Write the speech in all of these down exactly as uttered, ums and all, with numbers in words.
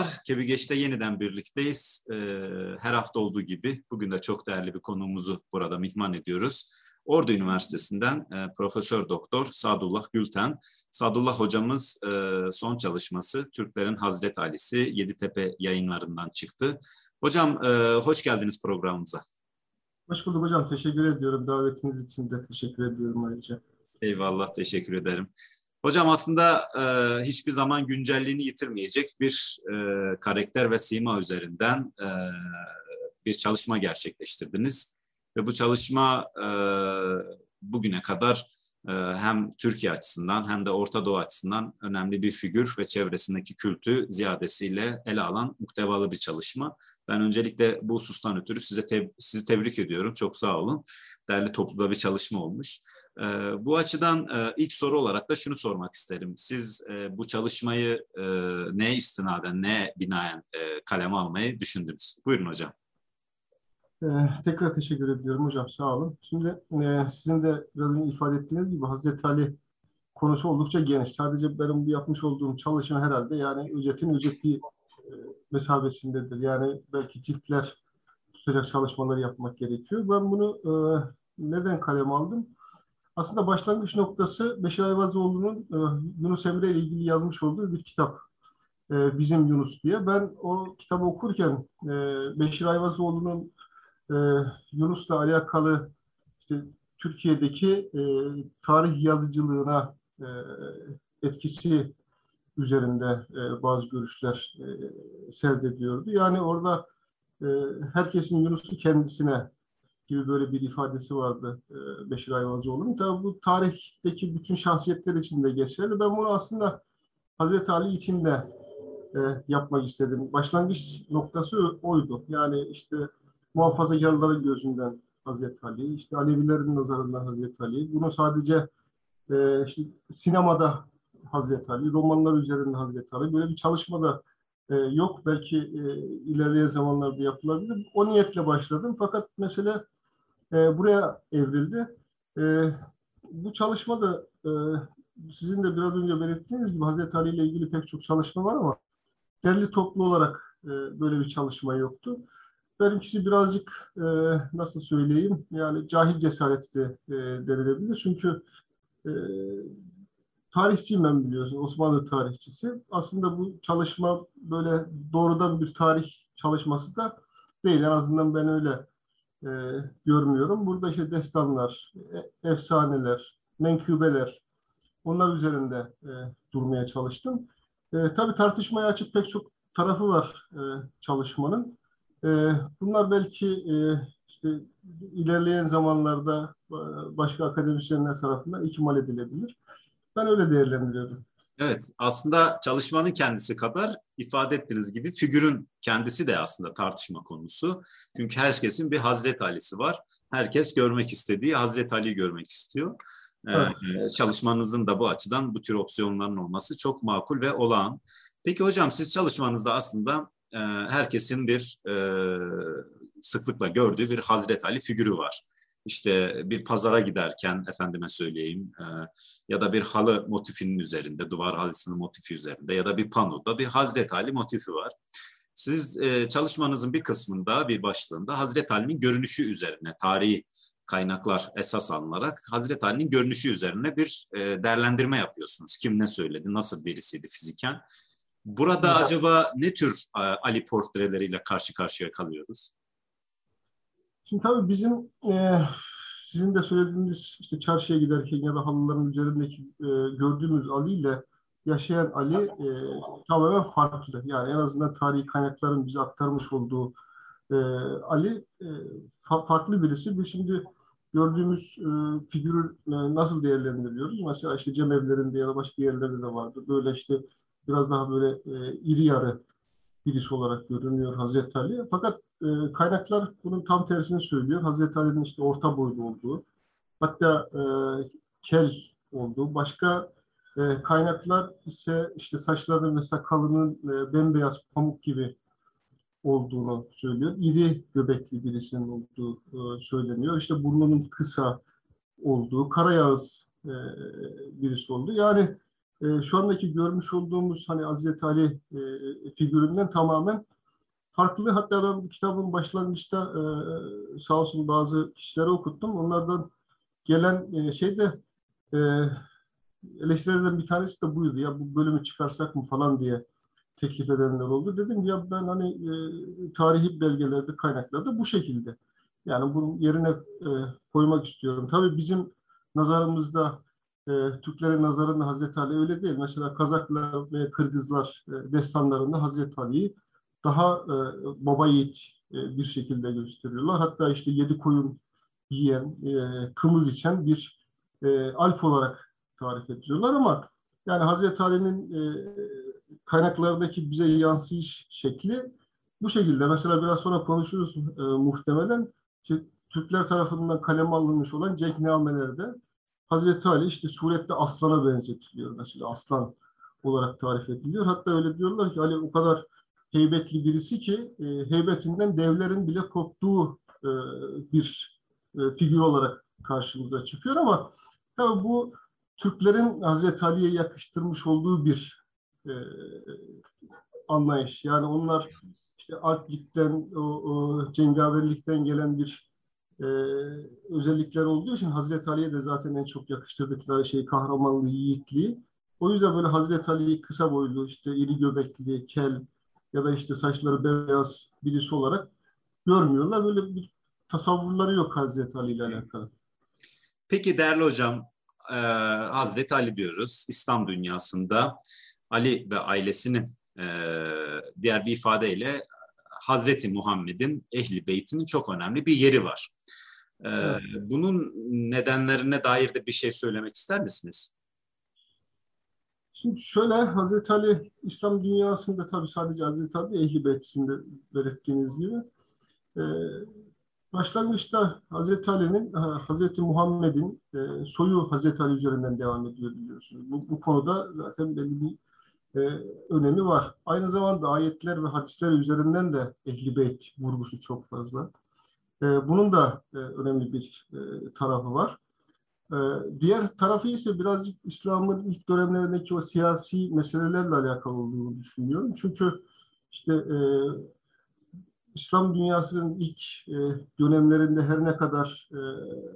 Merhabalar, Kebigeç'te yeniden birlikteyiz. Ee, her hafta olduğu gibi bugün de çok değerli bir konuğumuzu burada mihman ediyoruz. Ordu Üniversitesi'nden e, Profesör Doktor Sadullah Gülten. Sadullah hocamız e, son çalışması Türklerin Hazret Ali'si Yeditepe yayınlarından çıktı. Hocam e, hoş geldiniz programımıza. Hoş bulduk hocam. Teşekkür ediyorum. Davetiniz için de teşekkür ediyorum ayrıca. Eyvallah, teşekkür ederim. Hocam aslında e, hiçbir zaman güncelliğini yitirmeyecek bir e, karakter ve sima üzerinden e, bir çalışma gerçekleştirdiniz. Ve bu çalışma e, bugüne kadar e, hem Türkiye açısından hem de Orta Doğu açısından önemli bir figür ve çevresindeki kültü ziyadesiyle ele alan muhtevalı bir çalışma. Ben öncelikle bu husustan ötürü size te- sizi tebrik ediyorum. Çok sağ olun. Değerli toplu bir çalışma olmuş. E, bu açıdan e, ilk soru olarak da şunu sormak isterim. Siz e, bu çalışmayı e, neye istinaden, neye binaen e, kaleme almayı düşündünüz? Buyurun hocam. Ee, tekrar teşekkür ediyorum hocam. Sağ olun. Şimdi e, sizin de biraz önce ifade ettiğiniz gibi Hazreti Ali konusu oldukça geniş. Sadece benim bu yapmış olduğum çalışma herhalde yani özetin özeti e, mesabesindedir. Yani belki ciltler tutacak çalışmaları yapmak gerekiyor. Ben bunu e, neden kaleme aldım? Aslında başlangıç noktası Beşir Ayvazoğlu'nun e, Yunus Emre ile ilgili yazmış olduğu bir kitap. E, Bizim Yunus diye. Ben o kitabı okurken e, Beşir Ayvazoğlu'nun e, Yunus'la alakalı işte Türkiye'deki e, tarih yazıcılığına e, etkisi üzerinde e, bazı görüşler e, serdediyordu. Yani orada e, herkesin Yunus'u kendisine gibi böyle bir ifadesi vardı e, Beşir Ayvazlıoğlu'nun. Tabii bu tarihteki bütün şahsiyetler için de geçerli. Ben bunu aslında Hazreti Ali için de e, yapmak istedim. Başlangıç noktası oydu. Yani işte muhafazakarların gözünden Hazreti Ali, işte Alevilerin nazarından Hazreti Ali. Bunu sadece e, işte sinemada Hazreti Ali, romanlar üzerinde Hazreti Ali. Böyle bir çalışma da e, yok. Belki e, ilerleyen zamanlarda yapılabilir. O niyetle başladım. Fakat mesele e, buraya evrildi. E, Bu çalışma da e, sizin de biraz önce belirttiğiniz gibi Hazreti Ali ile ilgili pek çok çalışma var ama derli toplu olarak e, böyle bir çalışma yoktu. Benimkisi birazcık e, nasıl söyleyeyim yani cahil cesareti de e, denilebilir. Çünkü e, tarihçiyim ben biliyorsun Osmanlı tarihçisi. Aslında bu çalışma böyle doğrudan bir tarih çalışması da değil. En azından ben öyle e, görmüyorum. Burada işte destanlar, e, efsaneler, menkıbeler onlar üzerinde e, durmaya çalıştım. E, tabii tartışmaya açık pek çok tarafı var e, çalışmanın. E, Bunlar belki e, işte ilerleyen zamanlarda e, başka akademisyenler tarafından ikmal edilebilir. Ben öyle değerlendiriyorum. Evet, aslında çalışmanın kendisi kadar ifade ettiğiniz gibi figürün kendisi de aslında tartışma konusu. Çünkü herkesin bir Hazret Ali'si var. Herkes görmek istediği Hazret Ali'yi görmek istiyor. Evet. Ee, çalışmanızın da bu açıdan bu tür opsiyonların olması çok makul ve olağan. Peki hocam siz çalışmanızda aslında e, herkesin bir e, sıklıkla gördüğü bir Hazret Ali figürü var. İşte bir pazara giderken efendime söyleyeyim e, ya da bir halı motifinin üzerinde, duvar halısının motifi üzerinde ya da bir panoda bir Hazreti Ali motifi var. Siz e, çalışmanızın bir kısmında, bir başlığında Hazreti Ali'nin görünüşü üzerine, tarihi kaynaklar esas alınarak Hazreti Ali'nin görünüşü üzerine bir e, değerlendirme yapıyorsunuz. Kim ne söyledi, nasıl birisiydi fiziken. Burada Evet. acaba ne tür e, Ali portreleriyle karşı karşıya kalıyoruz? Şimdi tabii bizim e, sizin de söylediğiniz işte çarşıya giderken ya da halıların üzerindeki e, gördüğümüz Ali ile yaşayan Ali e, tamamen farklı. Yani en azından tarihi kaynakların bize aktarmış olduğu e, Ali e, fa- farklı birisi. Biz şimdi gördüğümüz e, figürü e, nasıl değerlendiriyoruz? Mesela işte cemevlerinde ya da başka yerlerde de vardı. Böyle işte biraz daha böyle e, iri yarı birisi olarak görünüyor Hazreti Ali. Fakat e, kaynaklar bunun tam tersini söylüyor. Hazreti Ali'nin işte orta boylu olduğu, hatta e, kel olduğu, başka e, kaynaklar ise işte saçlarının ve sakalının e, bembeyaz pamuk gibi olduğunu söylüyor. İri göbekli birisinin olduğu e, söyleniyor. İşte burnunun kısa olduğu, karayağız e, birisi olduğu. Yani e, şu andaki görmüş olduğumuz hani Hazreti Ali e, figüründen tamamen farklı. Hatta ben bu kitabın başlangıçta e, sağ olsun bazı kişilere okuttum. Onlardan gelen e, şey de e, eleştirilerden bir tanesi de buydu. Ya bu bölümü çıkarsak mı falan diye teklif edenler oldu. Dedim ya ben hani e, tarihi belgelerde, kaynaklarda bu şekilde. Yani bunun yerine e, koymak istiyorum. Tabii bizim nazarımızda, e, Türklerin nazarında Hazreti Ali öyle değil. Mesela Kazaklar ve Kırgızlar e, destanlarında Hazreti Ali'yi daha e, baba yiğit e, bir şekilde gösteriyorlar. Hatta işte yedi koyun yiyen, e, kımız içen bir e, alp olarak tarif ediyorlar ama yani Hazreti Ali'nin e, kaynaklardaki bize yansıyış şekli bu şekilde. Mesela biraz sonra konuşuruz e, muhtemelen. İşte, Türkler tarafından kaleme alınmış olan cenknamelerde Hazreti Ali işte surette aslana benzetiliyor. Mesela aslan olarak tarif ediliyor. Hatta öyle diyorlar ki Ali o kadar heybetli birisi ki e, heybetinden devlerin bile korktuğu e, bir e, figür olarak karşımıza çıkıyor ama tabii bu Türklerin Hazreti Ali'ye yakıştırmış olduğu bir e, anlayış. Yani onlar işte Alplikten, o, o cengaverlikten gelen bir e, özellikler olduğu için Hazreti Ali'ye de zaten en çok yakıştırdıkları şey kahramanlığı, yiğitliği. O yüzden böyle Hazreti Ali'yi kısa boylu, işte iri göbekli, kel ya da işte saçları beyaz birisi olarak görmüyorlar. Böyle bir tasavvurları yok Hazreti Ali ile alakalı. Peki değerli hocam, e, Hazreti Ali diyoruz. İslam dünyasında Ali ve ailesinin e, diğer bir ifadeyle Hazreti Muhammed'in Ehli Beyt'inin çok önemli bir yeri var. E, Evet. bunun nedenlerine dair de bir şey söylemek ister misiniz? Şimdi şöyle Hazreti Ali İslam dünyasında tabii sadece Hazreti Ali Ehl-i Beyt'sinde belirttiğiniz gibi e, başlangıçta Hazreti Ali'nin Hazreti Muhammed'in e, soyu Hazreti Ali üzerinden devam ediyor biliyorsunuz. Bu, bu konuda zaten belli bir e, önemi var. Aynı zamanda ayetler ve hadisler üzerinden de Ehl-i Beyt vurgusu çok fazla. E, bunun da e, önemli bir e, tarafı var. Ee, Diğer tarafı ise birazcık İslam'ın ilk dönemlerindeki o siyasi meselelerle alakalı olduğunu düşünüyorum. Çünkü işte e, İslam dünyasının ilk e, dönemlerinde her ne kadar e,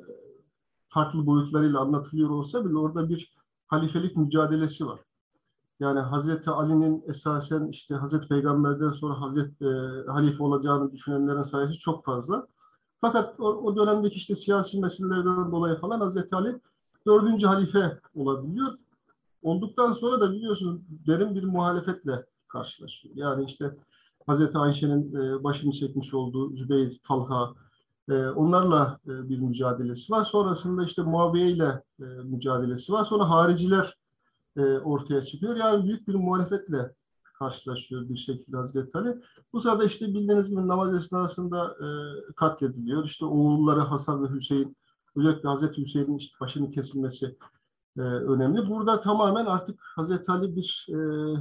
farklı boyutlarıyla anlatılıyor olsa bile orada bir halifelik mücadelesi var. Yani Hazreti Ali'nin esasen işte Hazreti Peygamber'den sonra Hazreti e, halife olacağını düşünenlerin sayısı çok fazla. Fakat o, o dönemdeki işte siyasi meselelerden dolayı falan Hazreti Ali dördüncü halife olabiliyor. Olduktan sonra da biliyorsunuz derin bir muhalefetle karşılaşıyor. Yani işte Hazreti Ayşe'nin e, başını çekmiş olduğu Zübeyir, Talha, e, onlarla e, bir mücadelesi var. Sonrasında işte Muaviye ile e, mücadelesi var. Sonra hariciler e, ortaya çıkıyor. Yani büyük bir muhalefetle karşılaşıyor bir şekilde Hazreti Ali. Bu sırada işte bildiğiniz gibi namaz esnasında e, katlediliyor. İşte oğulları Hasan ve Hüseyin, özellikle Hazreti Hüseyin'in işte başının kesilmesi e, önemli. Burada tamamen artık Hazreti Ali bir e,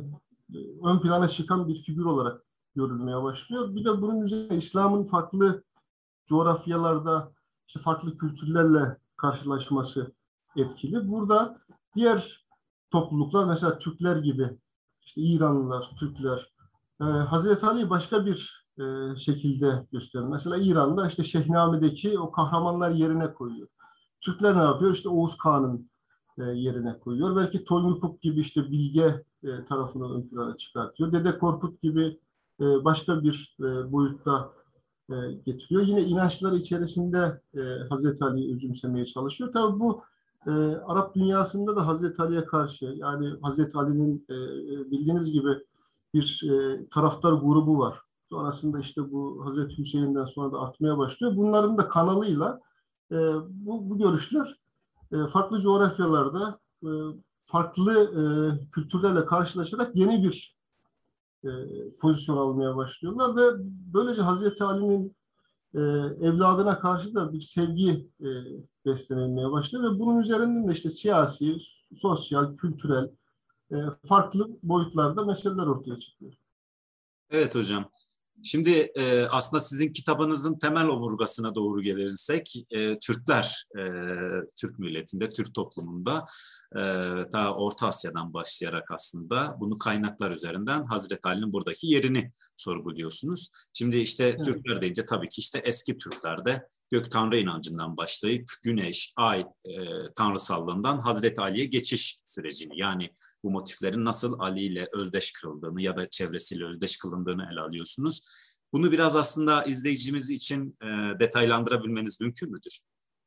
ön plana çıkan bir figür olarak görülmeye başlıyor. Bir de bunun üzerine İslam'ın farklı coğrafyalarda işte farklı kültürlerle karşılaşması etkili. Burada diğer topluluklar mesela Türkler gibi işte İranlılar, Türkler e, Hazreti Ali'yi başka bir e, şekilde gösteriyor. Mesela İran'da işte Şehname'deki o kahramanlar yerine koyuyor. Türkler ne yapıyor? İşte Oğuz Kağan'ın e, yerine koyuyor. Belki Toynukuk gibi işte bilge e, tarafını ön plana çıkartıyor. Dede Korkut gibi e, başka bir e, boyutta e, getiriyor. Yine inançları içerisinde e, Hazreti Ali'yi özümsemeye çalışıyor. Tabii bu e, Arap dünyasında da Hazreti Ali'ye karşı yani Hazreti Ali'nin e, bildiğiniz gibi bir e, taraftar grubu var. Sonrasında işte bu Hazreti Hüseyin'den sonra da artmaya başlıyor. Bunların da kanalıyla e, bu, bu görüşler e, farklı coğrafyalarda e, farklı e, kültürlerle karşılaşarak yeni bir e, pozisyon almaya başlıyorlar ve böylece Hazreti Ali'nin e, evladına karşı da bir sevgi e, beslenmeye başlıyor ve bunun üzerinden de işte siyasi, sosyal, kültürel e, farklı boyutlarda meseleler ortaya çıkıyor. Evet hocam. Şimdi e, aslında sizin kitabınızın temel omurgasına doğru gelirsek, e, Türkler, e, Türk milletinde, Türk toplumunda e, ta Orta Asya'dan başlayarak aslında bunu kaynaklar üzerinden Hazreti Ali'nin buradaki yerini sorguluyorsunuz. Şimdi işte Evet. Türkler deyince tabii ki işte eski Türklerde gök tanrı inancından başlayıp güneş, ay e, tanrısallığından Hazreti Ali'ye geçiş sürecini, yani bu motiflerin nasıl Ali ile özdeş kırıldığını ya da çevresiyle özdeş kılındığını ele alıyorsunuz. Bunu biraz aslında izleyicimiz için e, detaylandırabilmeniz mümkün müdür?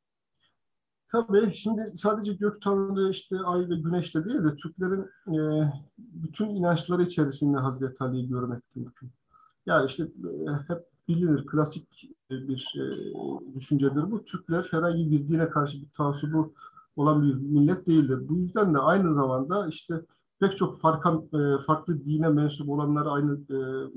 Tabii şimdi sadece gök tanrı işte ay ve güneşte değil de Türklerin e, bütün inançları içerisinde Hazreti Ali'yi görmek mümkün. Yani işte e, hep bilinir klasik e, bir e, düşüncedir bu. Türkler herhangi bir dine karşı bir taassubu olan bir millet değildir. Bu yüzden de aynı zamanda işte pek çok farklı, e, farklı dine mensup olanları aynı e,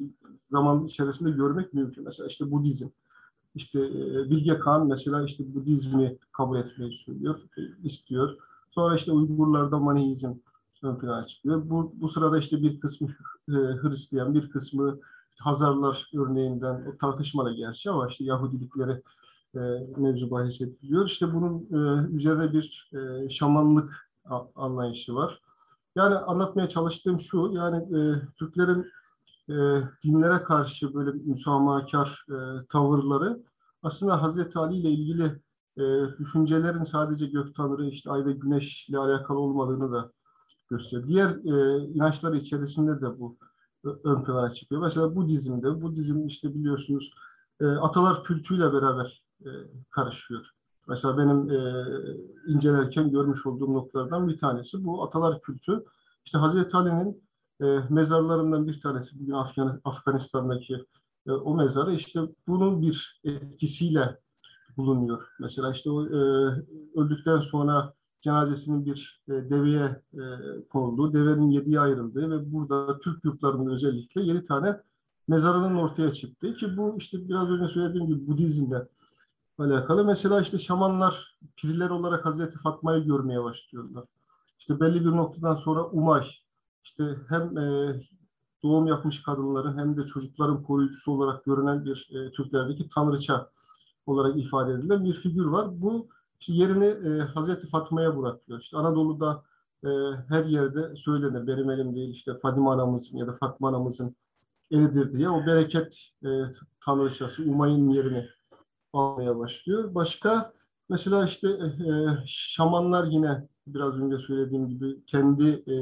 zaman içerisinde görmek mümkün. Mesela işte Budizm. İşte e, Bilge Kağan mesela işte Budizmi kabul etmeyi söylüyor, e, istiyor. Sonra işte Uygurlarda Maniheizm ön plana çıkıyor. Bu, bu sırada işte bir kısmı e, Hristiyan, bir kısmı işte Hazarlar örneğinden o tartışmalı gerçi ama işte Yahudilikleri e, mevzu bahis ediliyor. İşte bunun e, üzerine bir e, şamanlık a- anlayışı var. Yani anlatmaya çalıştığım şu, yani e, Türklerin e, dinlere karşı böyle müsamahakar e, tavırları aslında Hazreti Ali ile ilgili e, düşüncelerin sadece gök tanrı, işte ay ve güneş ile alakalı olmadığını da gösteriyor. Diğer e, inançlar içerisinde de bu ön plana çıkıyor. Mesela Budizm'de, Budizm işte biliyorsunuz e, atalar kültüyle beraber e, karışıyor. Mesela benim e, incelerken görmüş olduğum noktalardan bir tanesi bu atalar kültü. İşte Hazreti Ali'nin e, mezarlarından bir tanesi bugün Afgan, Afganistan'daki e, o mezarı işte bunun bir etkisiyle bulunuyor. Mesela işte o e, öldükten sonra cenazesinin bir e, deveye e, konulduğu, devenin yediye ayrıldığı ve burada Türk yurtlarında özellikle yedi tane mezarının ortaya çıktığı ki bu işte biraz önce söylediğim gibi Budizmle alakalı. Mesela işte şamanlar pirler olarak Hazreti Fatma'yı görmeye başlıyorlar. İşte belli bir noktadan sonra Umay, işte hem e, doğum yapmış kadınların hem de çocukların koruyucusu olarak görünen bir e, Türklerdeki tanrıça olarak ifade edilen bir figür var. Bu işte yerini e, Hazreti Fatma'ya bırakıyor. İşte Anadolu'da e, her yerde söylenir. Benim elim değil işte Fadime anamızın ya da Fatma anamızın elidir diye o bereket e, tanrıçası Umay'ın yerini almaya başlıyor. Başka mesela işte e, şamanlar yine biraz önce söylediğim gibi kendi e,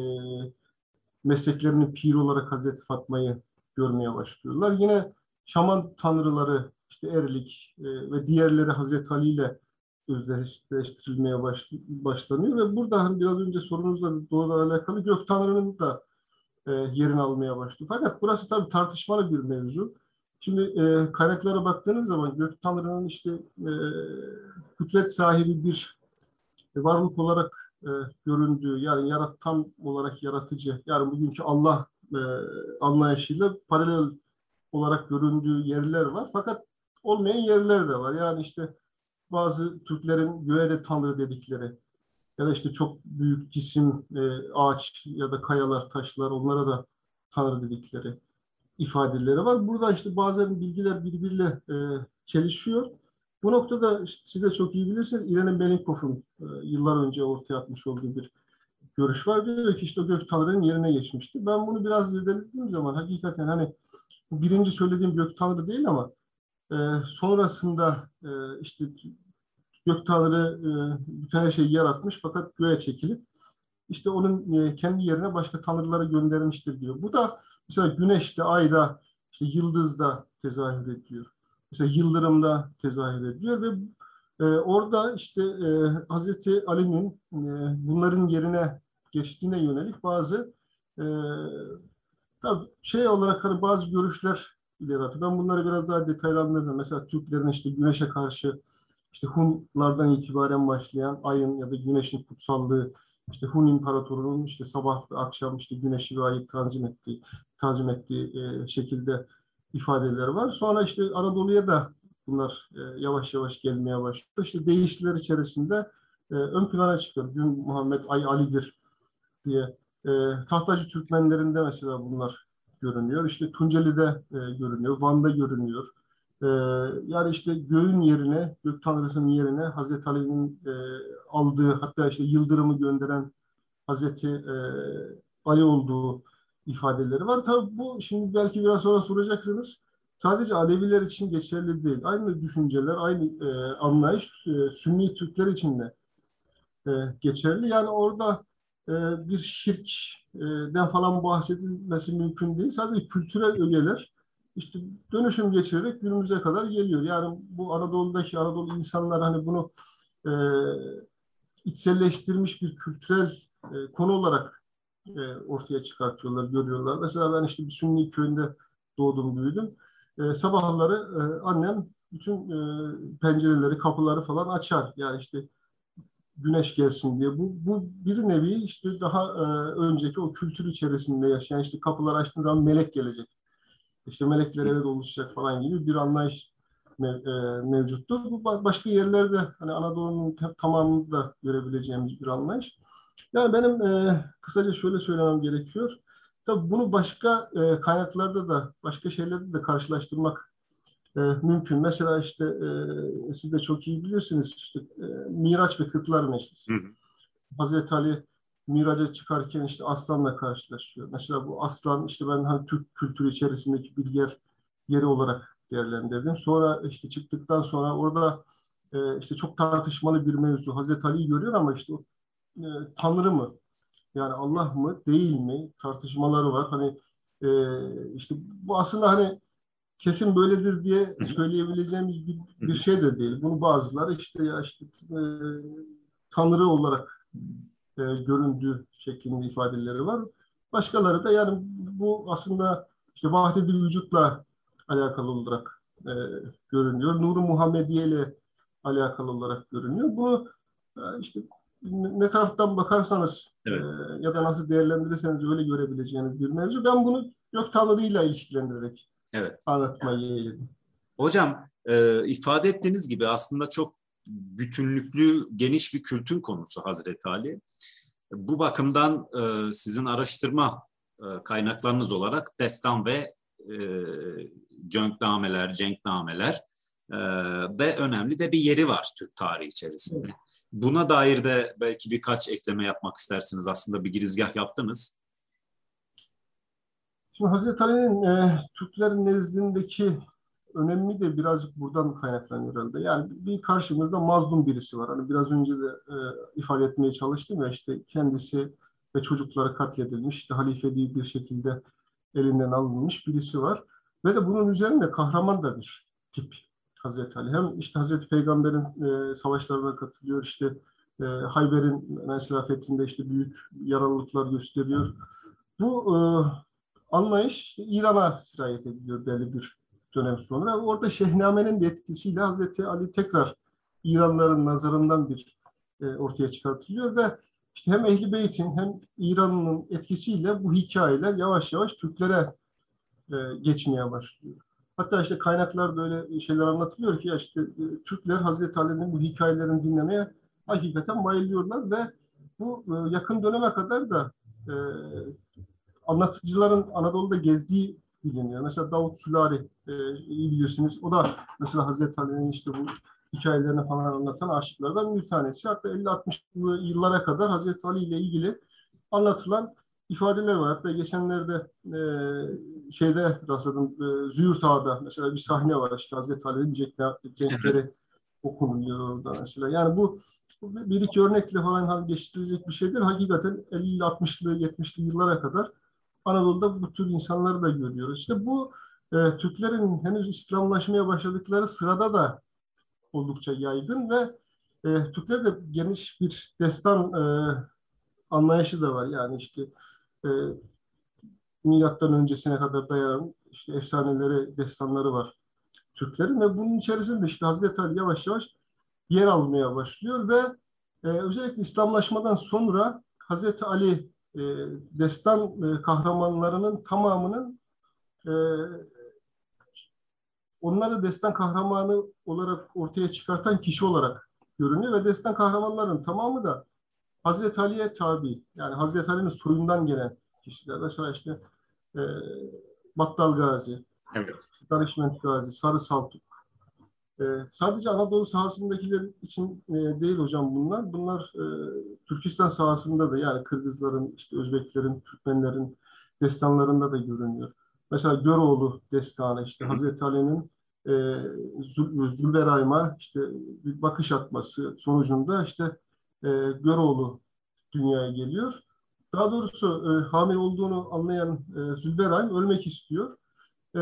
mesleklerinin piri olarak Hazreti Fatma'yı görmeye başlıyorlar. Yine şaman tanrıları işte Erlik e, ve diğerleri Hazreti Ali ile özdeşleştirilmeye baş, başlanıyor ve burada hani biraz önce sorunuzla doğrudan alakalı gök tanrının da e, yerini almaya başlıyor. Fakat burası tabii tartışmalı bir mevzu. Şimdi e, kaynaklara baktığınız zaman gök tanrının işte e, kudret sahibi bir varlık olarak e, göründüğü, yani yaratan olarak yaratıcı, yani bugünkü Allah e, anlayışıyla paralel olarak göründüğü yerler var. Fakat olmayan yerler de var. Yani işte bazı Türklerin göğe de tanrı dedikleri ya da işte çok büyük cisim, e, ağaç ya da kayalar, taşlar onlara da tanrı dedikleri ifadeleri var. Burada işte bazen bilgiler birbiriyle e, çelişiyor. Bu noktada işte siz de çok iyi bilirsiniz. İrene Belinkoff'un e, yıllar önce ortaya atmış olduğu bir görüş var. Diyor ki işte o gök tanrının yerine geçmişti. Ben bunu biraz irdelediğim zaman hakikaten hani bu birinci söylediğim gök tanrı değil ama e, sonrasında e, işte gök tanrı e, bütün her şeyi yaratmış fakat göğe çekilip işte onun e, kendi yerine başka tanrıları göndermiştir diyor. Bu da mesela güneşte, ayda, işte yıldızda tezahür ediyor. Mesela yıldırımda tezahür ediyor ve e, orada işte e, Hazreti Ali'nin e, bunların yerine geçtiğine yönelik bazı e, tabii şey olarak hani bazı görüşler ileri atıyor. Ben bunları biraz daha detaylandırırım. Mesela Türklerin işte güneşe karşı işte Hunlardan itibaren başlayan ayın ya da güneşin kutsallığı, işte Hun İmparatorluğu'nun işte sabah ve akşam işte güneşi ve ayı tanzim ettiği, tanzim ettiği e, şekilde ifadeleri var. Sonra işte Anadolu'ya da bunlar e, yavaş yavaş gelmeye başlıyor. İşte değişler içerisinde e, ön plana çıkıyor. Gün Muhammed Ay Ali'dir diye. E, Tahtacı Türkmenlerinde mesela bunlar görünüyor. İşte Tunceli'de e, görünüyor, Van'da görünüyor. E, yani işte göğün yerine, gök tanrısının yerine Hazreti Ali'nin e, aldığı, hatta işte yıldırımı gönderen Hazreti e, Ali olduğu ifadeleri var. Tabii bu şimdi belki biraz sonra soracaksınız. Sadece Aleviler için geçerli değil. Aynı düşünceler, aynı e, anlayış e, Sünni Türkler için de e, geçerli. Yani orada e, bir şirkten falan bahsedilmesi mümkün değil. Sadece kültürel ögeler işte dönüşüm geçirerek günümüze kadar geliyor. Yani bu Anadolu'daki Anadolu insanlar hani bunu e, içselleştirmiş bir kültürel e, konu olarak e, ortaya çıkartıyorlar, görüyorlar. Mesela ben işte bir Sünni köyünde doğdum, büyüdüm. E, sabahları e, annem bütün e, pencereleri, kapıları falan açar. Yani işte güneş gelsin diye. Bu, bu bir nevi işte daha e, önceki o kültür içerisinde yaşayan işte kapıları açtığın zaman melek gelecek. İşte melekler eve doluşacak falan gibi bir anlayış mev, e, mevcuttur. Bu başka yerlerde hani Anadolu'nun tamamını da görebileceğimiz bir anlayış. Yani benim e, kısaca şöyle söylemem gerekiyor. Tabii bunu başka e, kaynaklarda da başka şeylerde de karşılaştırmak e, mümkün. Mesela işte e, siz de çok iyi bilirsiniz işte e, Miraç ve Kırklar Meclisi. Hı hı. Hazreti Ali miraca çıkarken işte aslanla karşılaşıyor. Mesela bu aslan işte ben hani Türk kültürü içerisindeki bir yer yeri olarak değerlendirdim. Sonra işte çıktıktan sonra orada e, işte çok tartışmalı bir mevzu. Hazreti Ali'yi görüyor ama işte o, e, Tanrı mı? Yani Allah mı değil mi? Tartışmaları var. Hani e, işte bu aslında hani kesin böyledir diye Hı hı. söyleyebileceğimiz bir, Hı bir hı. şey de değil. Bunu bazıları işte ya işte e, Tanrı olarak e, göründüğü şeklinde ifadeleri var. Başkaları da yani bu aslında işte vahdedi vücutla alakalı olarak e, görünüyor. Nur-u Muhammediye ile alakalı olarak görünüyor. Bunu e, işte ne taraftan bakarsanız e, Evet. ya da nasıl değerlendirirseniz öyle görebileceğiniz bir mevzu. Ben bunu gök tanrıyla ilişkilendirerek Evet. anlatmayı yeğledim. Hocam, e, ifade ettiğiniz gibi aslında çok bütünlüklü, geniş bir kültür konusu Hazreti Ali. Bu bakımdan e, sizin araştırma e, kaynaklarınız olarak destan ve e, cenknameler, cenknameler e, de önemli de bir yeri var Türk tarihi içerisinde. Evet. Buna dair de belki birkaç ekleme yapmak istersiniz. Aslında bir girizgah yaptınız. Şimdi Hazreti Ali'nin e, Türklerin nezdindeki önemi de birazcık buradan kaynaklanıyor herhalde. Yani bir karşımızda mazlum birisi var. Hani biraz önce de e, ifade etmeye çalıştım ya işte kendisi ve çocukları katledilmiş, işte halifeliği bir şekilde elinden alınmış birisi var. Ve de bunun üzerine kahraman da bir tip Hazreti Ali. Hem işte Hazreti Peygamber'in e, savaşlarına katılıyor, işte e, Hayber'in mesela fethinde işte büyük yararlılıklar gösteriyor. Bu e, anlayış işte İran'a sirayet ediliyor belli bir dönem sonra. Orada Şehnamene'nin de etkisiyle Hazreti Ali tekrar İranlıların nazarından bir e, ortaya çıkartılıyor ve işte hem Ehl-i Beyt'in hem İran'ın etkisiyle bu hikayeler yavaş yavaş Türklere e, geçmeye başlıyor. Hatta işte kaynaklarda öyle şeyler anlatılıyor ki ya işte e, Türkler Hazreti Ali'nin bu hikayelerini dinlemeye hakikaten bayılıyorlar ve bu e, yakın döneme kadar da e, anlatıcıların Anadolu'da gezdiği biliniyor. Mesela Davut Sülari, e, iyi bilirsiniz. O da mesela Hazreti Ali'nin işte bu hikayelerini falan anlatan aşıklardan bir tanesi. Hatta elli altmışlı yıllara kadar Hazreti Ali ile ilgili anlatılan ifadeler var. Hatta geçenlerde e, şeyde rastladım, e, Züğürt Ağa'da mesela bir sahne var. İşte Hazreti Ali'nin cenkleri okunuyor orada mesela. Yani bu bir iki örnekle falan hani geçiştirilecek bir şeydir. Hakikaten elli altmışlı yetmişli yıllara kadar Anadolu'da bu tür insanları da görüyoruz. İşte bu e, Türklerin henüz İslamlaşmaya başladıkları sırada da oldukça yaygın ve e, Türklerde geniş bir destan e, anlayışı da var. Yani işte e, milattan öncesine kadar dayanan işte efsaneleri, destanları var Türklerin ve bunun içerisinde işte Hazreti Ali yavaş yavaş yer almaya başlıyor ve e, özellikle İslamlaşmadan sonra Hazreti Ali e, destan e, kahramanlarının tamamının e, onları destan kahramanı olarak ortaya çıkartan kişi olarak görünüyor ve destan kahramanlarının tamamı da Hazreti Ali'ye tabi. Yani Hazreti Ali'nin soyundan gelen kişiler. Mesela işte e, Battal Gazi, Evet. Danişment Gazi, Sarı Saltuk. Ee, sadece Anadolu sahasındakiler için e, değil hocam bunlar. Bunlar e, Türkistan sahasında da yani Kırgızların, işte Özbeklerin, Türkmenlerin destanlarında da görünüyor. Mesela Göroğlu destanı işte Hı hı. Hazreti Ali'nin e, Zül- Zülberayma işte bir bakış atması sonucunda işte e, Göroğlu dünyaya geliyor. Daha doğrusu e, hamile olduğunu anlayan e, Zülberay ölmek istiyor. E,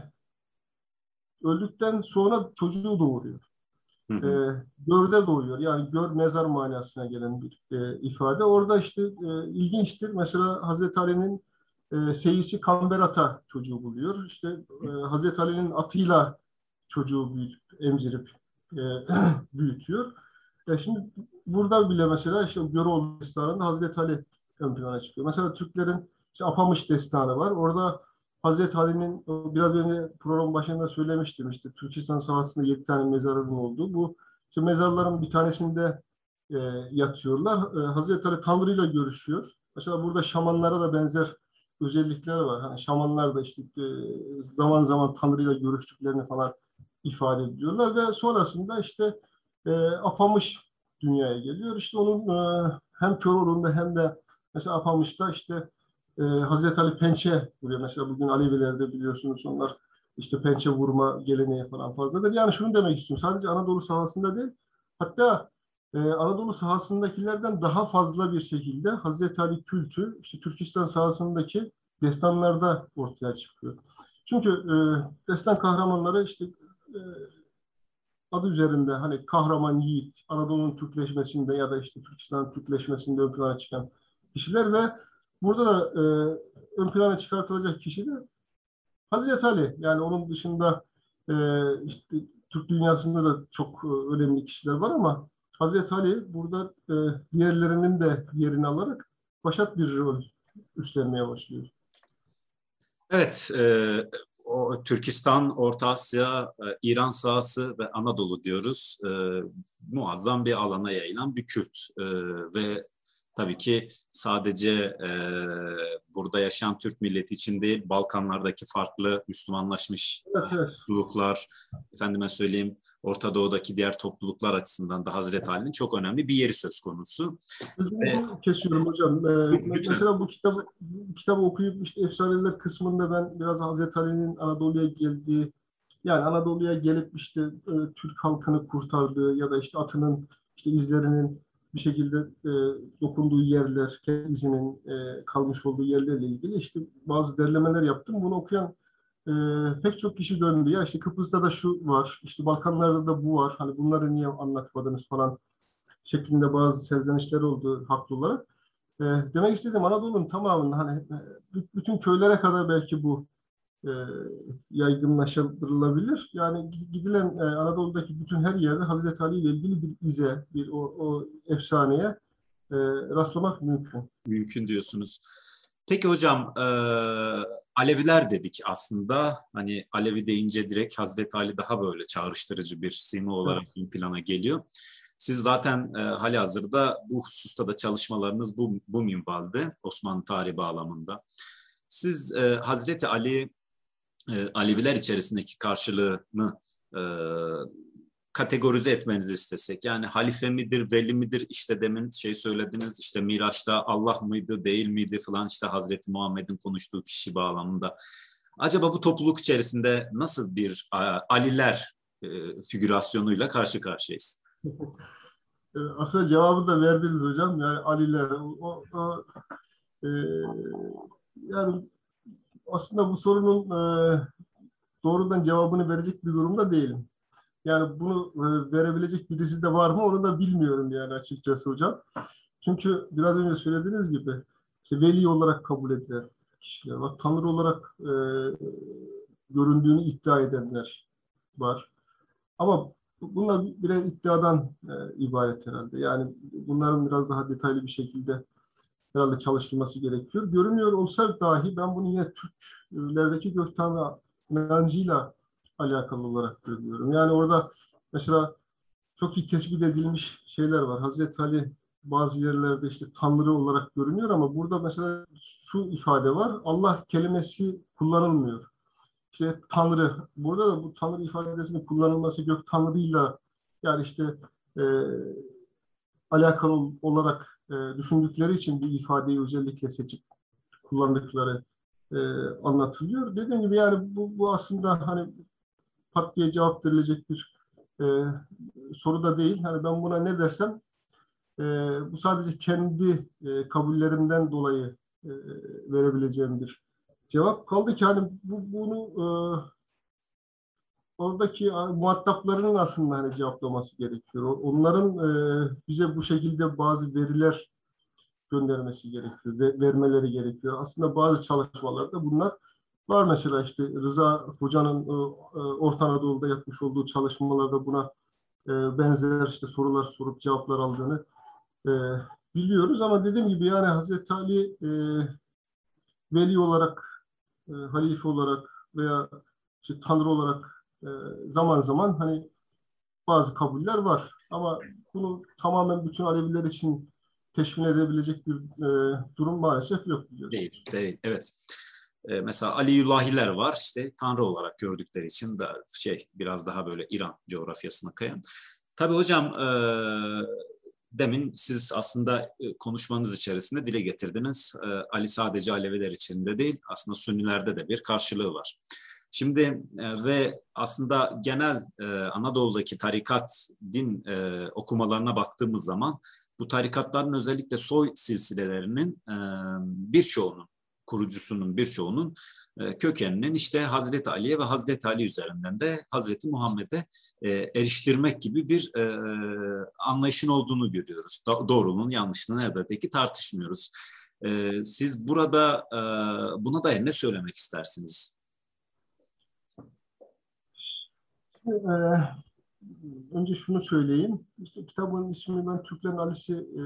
Öldükten sonra çocuğu doğuruyor. Hı E, hı. Görde doğuyor. Yani gör mezar manasına gelen bir e, ifade. Orada işte e, ilginçtir. Mesela Hazreti Ali'nin e, seyisi Kamberata çocuğu buluyor. İşte e, Hazreti Ali'nin atıyla çocuğu büyütüp, emzirip e, büyütüyor. E, şimdi burada bile mesela işte Göroğlu destanında Hazreti Ali ön plana çıkıyor. Mesela Türklerin işte Apamış destanı var. Orada Hazreti Ali'nin biraz önce program başında söylemiştim işte Türkistan sahasında yedi tane mezarının olduğu. Bu işte mezarların bir tanesinde e, yatıyorlar. E, Hazreti Ali Tanrı ile görüşüyor. Mesela burada şamanlara da benzer özellikler var. Hani şamanlar da işte e, zaman zaman Tanrı ile görüştüklerini falan ifade ediyorlar ve sonrasında işte e, Apamış dünyaya geliyor. İşte onun e, hem Köroğlu'nda hem de mesela Apamış'ta işte e, Hazreti Ali pençe vuruyor. Mesela bugün Alevilerde biliyorsunuz onlar işte pençe vurma geleneği falan fazladır. Yani şunu demek istiyorum. Sadece Anadolu sahasında değil, hatta e, Anadolu sahasındakilerden daha fazla bir şekilde Hazreti Ali kültü işte Türkistan sahasındaki destanlarda ortaya çıkıyor. Çünkü e, destan kahramanları işte e, adı üzerinde hani kahraman yiğit, Anadolu'nun Türkleşmesinde ya da işte Türkistan'ın Türkleşmesinde ön plana çıkan kişiler ve burada da e, ön plana çıkartılacak kişi de Hazreti Ali. Yani onun dışında e, işte Türk dünyasında da çok e, önemli kişiler var ama Hazreti Ali burada e, diğerlerinin de yerini alarak başat bir rol üstlenmeye başlıyor. Evet, e, o Türkistan, Orta Asya, e, İran sahası ve Anadolu diyoruz. E, muazzam bir alana yayılan bir kült. E, ve tabii ki sadece e, burada yaşayan Türk milleti için değil, Balkanlardaki farklı Müslümanlaşmış Evet, evet. topluluklar, efendime söyleyeyim, Orta Doğu'daki diğer topluluklar açısından da Hazreti Ali'nin çok önemli bir yeri söz konusu. Ve Sözünüzü kesiyorum hocam. Ee, lütfen. mesela bu kitabı, bu kitabı okuyup işte efsaneler kısmında ben biraz Hazreti Ali'nin Anadolu'ya geldiği, yani Anadolu'ya gelip işte e, Türk halkını kurtardığı ya da işte atının işte izlerinin bir şekilde e, dokunduğu yerler, kendi izinin e, kalmış olduğu yerlerle ilgili işte bazı derlemeler yaptım. Bunu okuyan e, pek çok kişi döndü. Ya işte Kıbrıs'ta da şu var, işte Balkanlarda da bu var. Hani bunları niye anlatmadınız falan şeklinde bazı serzenişler oldu haklı olarak. E, demek istediğim Anadolu'nun tamamında hani e, bütün köylere kadar belki bu e, yaygınlaştırılabilir. Yani gidilen e, Anadolu'daki bütün her yerde Hazreti Ali ile ilgili bir ize, bir o, o efsaneye e, rastlamak mümkün. Mümkün diyorsunuz. Peki hocam, e, Aleviler dedik aslında. Hani Alevi deyince direkt Hazreti Ali daha böyle çağrıştırıcı bir sima olarak Evet. ön plana geliyor. Siz zaten e, halihazırda bu hususta da çalışmalarınız bu, bu minvalde Osmanlı tarihi bağlamında. Siz e, Hazreti Ali e, Aleviler içerisindeki karşılığını e, kategorize etmenizi istesek, yani halife midir, veli midir, işte demin şey söylediniz, işte Miraç'ta Allah mıydı, değil miydi falan, işte Hazreti Muhammed'in konuştuğu kişi bağlamında. Acaba bu topluluk içerisinde nasıl bir a, Aliler e, figürasyonuyla karşı karşıyayız? E, aslında cevabı da verdiniz hocam. Yani Aliler, o, o, e, yani aslında bu sorunun e, doğrudan cevabını verecek bir durumda değilim. Yani bunu e, verebilecek birisi de var mı onu da bilmiyorum yani açıkçası hocam. Çünkü biraz önce söylediğiniz gibi işte veli olarak kabul edilen kişiler var. Tanrı olarak e, göründüğünü iddia edenler var. Ama bunlar birer iddiadan e, ibaret herhalde. Yani bunların biraz daha detaylı bir şekilde herhalde çalışılması gerekiyor. Görünüyor olsa dahi ben bunu yine Türklerdeki gök tanrı inancıyla alakalı olarak görüyorum. Yani orada mesela çok iyi tespit edilmiş şeyler var. Hazreti Ali bazı yerlerde işte Tanrı olarak görünüyor ama burada mesela şu ifade var. Allah kelimesi kullanılmıyor. İşte Tanrı, burada da bu Tanrı ifadesinin kullanılması gök Tanrı'yla yani işte e, alakalı olarak e, düşündükleri için bir ifadeyi özellikle seçip kullandıkları e, anlatılıyor. Dediğim gibi yani bu, bu aslında hani pat diye cevap verilecek bir e, soru da değil. Hani ben buna ne dersem e, bu sadece kendi e, kabullerimden dolayı e, verebileceğim bir cevap. Kaldı ki hani bu, bunu e, oradaki muhataplarının aslında hani cevaplaması gerekiyor. Onların e, bize bu şekilde bazı veriler göndermesi gerekiyor, ve vermeleri gerekiyor. Aslında bazı çalışmalarda bunlar var. Mesela işte Rıza Hoca'nın e, Orta Anadolu'da yapmış olduğu çalışmalarda buna e, benzer işte sorular sorup cevaplar aldığını e, biliyoruz. Ama dediğim gibi yani Hazreti Ali e, veli olarak, e, halife olarak veya işte Tanrı olarak e, zaman zaman hani bazı kabuller var. Ama bunu tamamen bütün Aleviler için teşvin edebilecek bir e, durum maalesef yok biliyoruz. Değil, değil. Evet. Ee, mesela Aliyullahiler var işte Tanrı olarak gördükleri için de şey biraz daha böyle İran coğrafyasına kayan. Tabii hocam e, demin siz aslında e, konuşmanız içerisinde dile getirdiniz. E, Ali sadece Aleviler içinde değil aslında Sünnilerde de bir karşılığı var. Şimdi e, ve aslında genel e, Anadolu'daki tarikat din e, okumalarına baktığımız zaman bu tarikatların özellikle soy silsilelerinin e, birçoğunun kurucusunun birçoğunun e, kökeninin işte Hazreti Ali'ye ve Hazreti Ali üzerinden de Hazreti Muhammed'e e, eriştirmek gibi bir e, anlayışın olduğunu görüyoruz. Do- doğruluğun yanlışlığını elbette ki tartışmıyoruz. E, siz burada e, buna dair ne söylemek istersiniz? E, önce şunu söyleyeyim. İşte kitabın ismini ben Türklerin Ali'si e,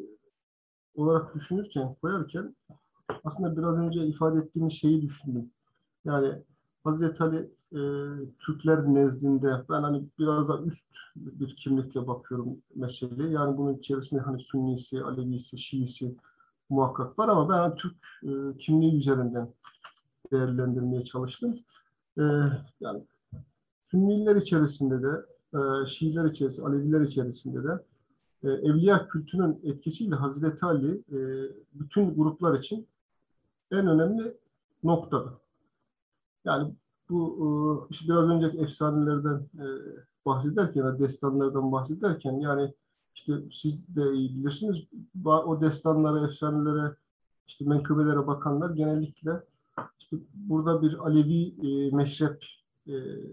olarak düşünürken, koyarken aslında biraz önce ifade ettiğimiz şeyi düşündüm. Yani Hazreti Ali e, Türkler nezdinde ben hani biraz da üst bir kimlikle bakıyorum meseleye. Yani bunun içerisinde hani Sünnisi, Alevisi, Şiisi muhakkak var ama ben hani Türk e, kimliği üzerinden değerlendirmeye çalıştım. E, yani Sünniler içerisinde de, e, Şiiler içerisinde, Aleviler içerisinde de e, Evliya kültünün etkisiyle Hazreti Ali e, bütün gruplar için en önemli noktada. Yani bu işte biraz önceki efsanelerden e, bahsederken, destanlardan bahsederken yani işte siz de iyi bilirsiniz o destanlara, efsanelere, işte menkıbelere bakanlar genellikle işte burada bir Alevi e, meşrep e,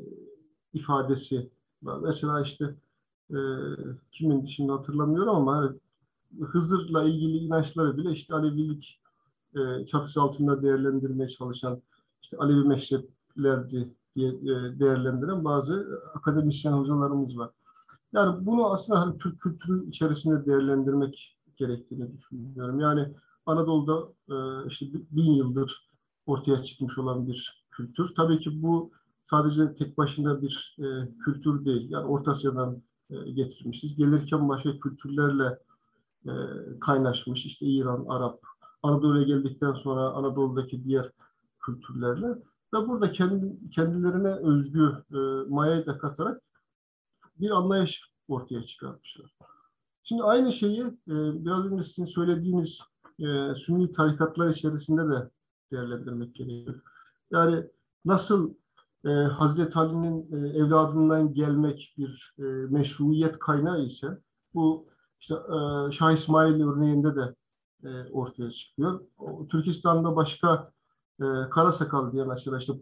ifadesi var. Mesela işte e, kimin şimdi hatırlamıyorum ama hani Hızır'la ilgili inançları bile işte Alevilik e, çatısı altında değerlendirmeye çalışan işte Alevi meşreplerdi diye e, değerlendiren bazı akademisyen hocalarımız var. Yani bunu aslında hani Türk kültürü içerisinde değerlendirmek gerektiğini düşünüyorum. Yani Anadolu'da e, işte bin yıldır ortaya çıkmış olan bir kültür. Tabii ki bu sadece tek başına bir e, kültür değil. Yani Orta Asya'dan e, getirmişiz. Gelirken başka kültürlerle e, kaynaşmış. İşte İran, Arap, Anadolu'ya geldikten sonra Anadolu'daki diğer kültürlerle ve burada kendi, kendilerine özgü e, mayayı da katarak bir anlayış ortaya çıkarmışlar. Şimdi aynı şeyi e, biraz önce sizin söylediğiniz e, Sünni tarikatlar içerisinde de değerlendirmek gerekiyor. Yani nasıl e, Hazreti Ali'nin e, evladından gelmek bir e, meşruiyet kaynağı ise bu işte e, Şah İsmail örneğinde de e, ortaya çıkıyor. O, Türkistan'da başka e, Karasakal diye mesela işte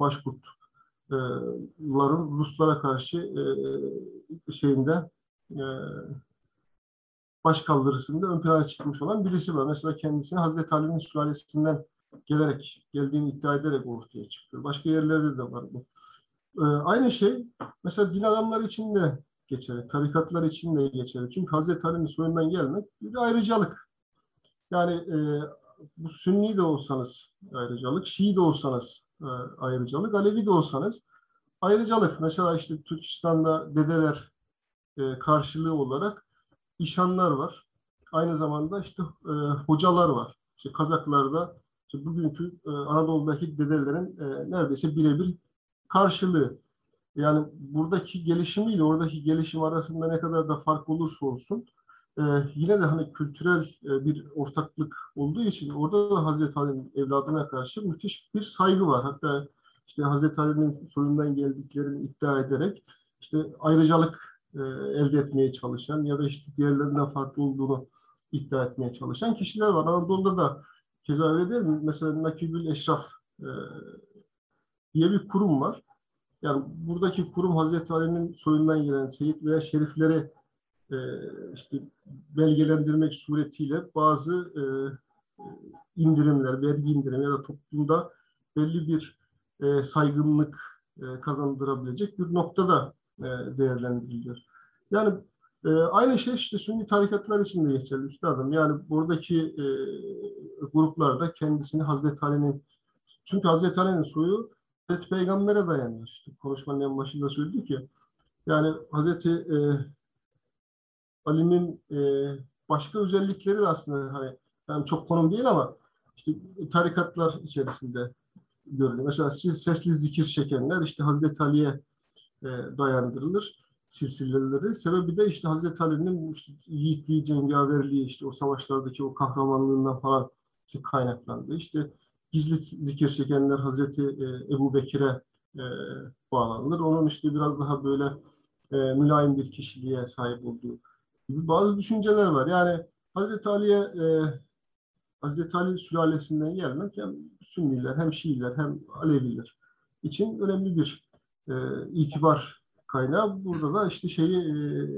Başkurtların Ruslara karşı e, şeyinde e, başkaldırısında ön plana çıkmış olan birisi var. Mesela kendisini Hazreti Ali'nin sülalesinden gelerek, geldiğini iddia ederek ortaya çıkıyor. Başka yerlerde de var bu. Ee, aynı şey mesela din adamları için de geçerli, tarikatlar için de geçerli. Çünkü Hazreti Ali'nin soyundan gelmek bir ayrıcalık. Yani e, bu Sünni de olsanız ayrıcalık, Şii de olsanız e, ayrıcalık, Alevi de olsanız ayrıcalık. Mesela işte Türkistan'da dedeler e, karşılığı olarak İşanlar var. aynı zamanda işte e, hocalar var. İşte Kazaklarda işte bugünkü e, Anadolu'daki dedelerin e, neredeyse birebir karşılığı. Yani buradaki gelişimiyle oradaki gelişim arasında ne kadar da fark olursa olsun e, yine de hani kültürel e, bir ortaklık olduğu için orada da Hazreti Ali'nin evladına karşı müthiş bir saygı var. Hatta işte Hazreti Ali'nin soyundan geldiklerini iddia ederek işte ayrıcalık e, elde etmeye çalışan ya da işte diğerlerinden farklı olduğunu iddia etmeye çalışan kişiler var. Anadolu'da da keza öyle değil mi? Mesela Nakibül Eşraf e, diye bir kurum var. Yani buradaki kurum Hazreti Ali'nin soyundan gelen seyit veya şerifleri e, işte belgelendirmek suretiyle bazı e, indirimler, vergi indirim ya da toplumda belli bir e, saygınlık e, kazandırabilecek bir noktada e, değerlendiriliyor. Yani e, aynı şey işte Sünni tarikatlar için de geçerli üstadım. Yani buradaki e, gruplarda kendisini Hazreti Ali'nin, çünkü Hazreti Ali'nin soyu Hazreti Peygamber'e dayanıyor. İşte konuşmanın en başında söyledi ki yani Hazreti e, Ali'nin e, başka özellikleri de aslında hani yani çok konum değil ama işte tarikatlar içerisinde görülüyor. Mesela sesli zikir çekenler işte Hazreti Ali'ye e, dayandırılır silsileleri. Sebebi de işte Hazreti Ali'nin işte yiğitliği, cengaverliği, işte o savaşlardaki o kahramanlığından falan işte kaynaklandı. İşte gizli zikir çekenler Hazreti e, Ebu Bekir'e e, bağlanılır. Onun işte biraz daha böyle e, mülayim bir kişiliğe sahip olduğu gibi bazı düşünceler var. Yani Hazreti Ali'ye e, Hazreti Ali sülalesinden gelmek hem Sünniler hem Şiiler hem Aleviler için önemli bir e, itibar kaynağı. Burada da işte şeyi e,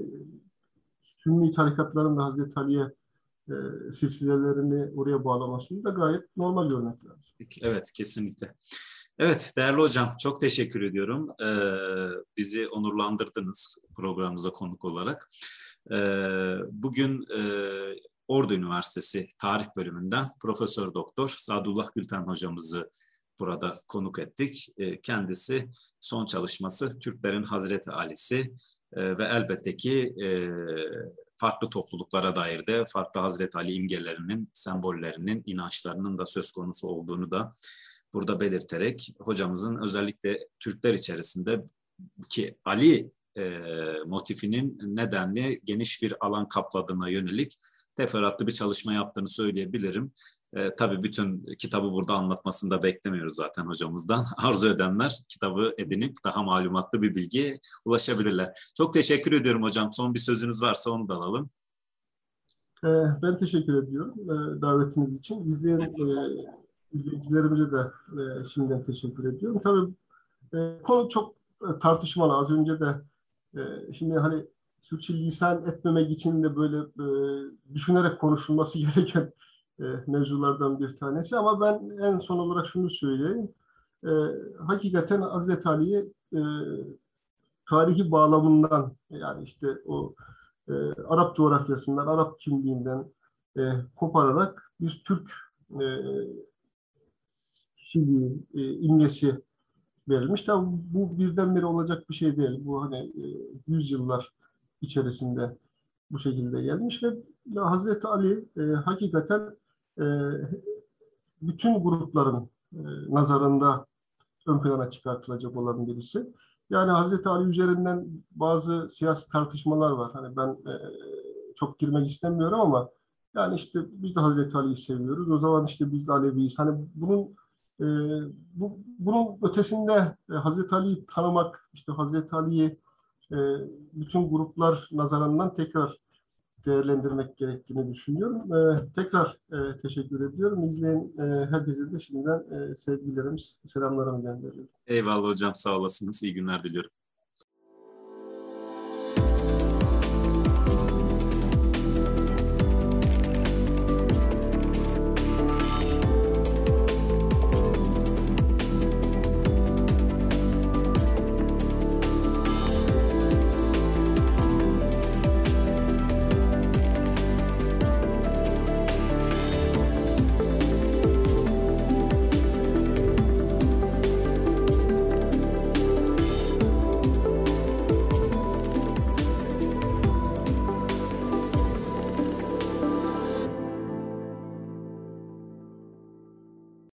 Sünni tarikatların da Hazreti Ali'ye e, silsilelerini oraya bağlamasını da gayet normal görmek lazım. Evet, kesinlikle. Evet, değerli hocam, çok teşekkür ediyorum. Ee, bizi onurlandırdınız programımıza konuk olarak. Ee, bugün e, Ordu Üniversitesi Tarih Bölümünden Profesör Doktor Sadullah Gülten hocamızı burada konuk ettik. Ee, kendisi son çalışması Türklerin Hazreti Ali'si e, ve elbette ki e, farklı topluluklara dair de farklı Hazreti Ali imgelerinin, sembollerinin, inançlarının da söz konusu olduğunu da burada belirterek hocamızın özellikle Türkler içerisinde ki Ali e, motifinin nedenli geniş bir alan kapladığına yönelik teferruatlı bir çalışma yaptığını söyleyebilirim. E, tabii bütün kitabı burada anlatmasını da beklemiyoruz zaten hocamızdan. Arzu edenler kitabı edinip daha malumatlı bir bilgiye ulaşabilirler. Çok teşekkür ediyorum hocam. Son bir sözünüz varsa onu da alalım. E, ben teşekkür ediyorum e, davetiniz için. İzleyen e, izleyicilerimize de e, şimdiden teşekkür ediyorum. Tabii e, konu çok e, tartışmalı. Az önce de e, şimdi hani sürçülisan etmemek için de böyle e, düşünerek konuşulması gereken e, mevzulardan bir tanesi. Ama ben en son olarak şunu söyleyeyim. E, hakikaten Hazreti Ali'yi e, tarihi bağlamından yani işte o e, Arap coğrafyasından, Arap kimliğinden e, kopararak bir Türk e, kişiliği, e, imgesi verilmiş. Tabii bu birdenbire olacak bir şey değil. Bu hani e, yüzyıllar içerisinde bu şekilde gelmiş ve Hazreti Ali e, hakikaten e, bütün grupların e, nazarında ön plana çıkartılacak olan birisi. Yani Hazreti Ali üzerinden bazı siyasi tartışmalar var. Hani ben e, çok girmek istemiyorum ama yani işte biz de Hazreti Ali'yi seviyoruz. O zaman işte biz de Aleviyiz. Hani bunun e, bu, bunun ötesinde e, Hazreti Ali'yi tanımak, işte Hazreti Ali'yi e, bütün gruplar nazarından tekrar değerlendirmek gerektiğini düşünüyorum. E, tekrar e, teşekkür ediyorum. İzleyen e, herkese de şimdiden e, sevgilerimiz, selamlarımı gönderiyorum. Eyvallah hocam, sağ olasınız. İyi günler diliyorum.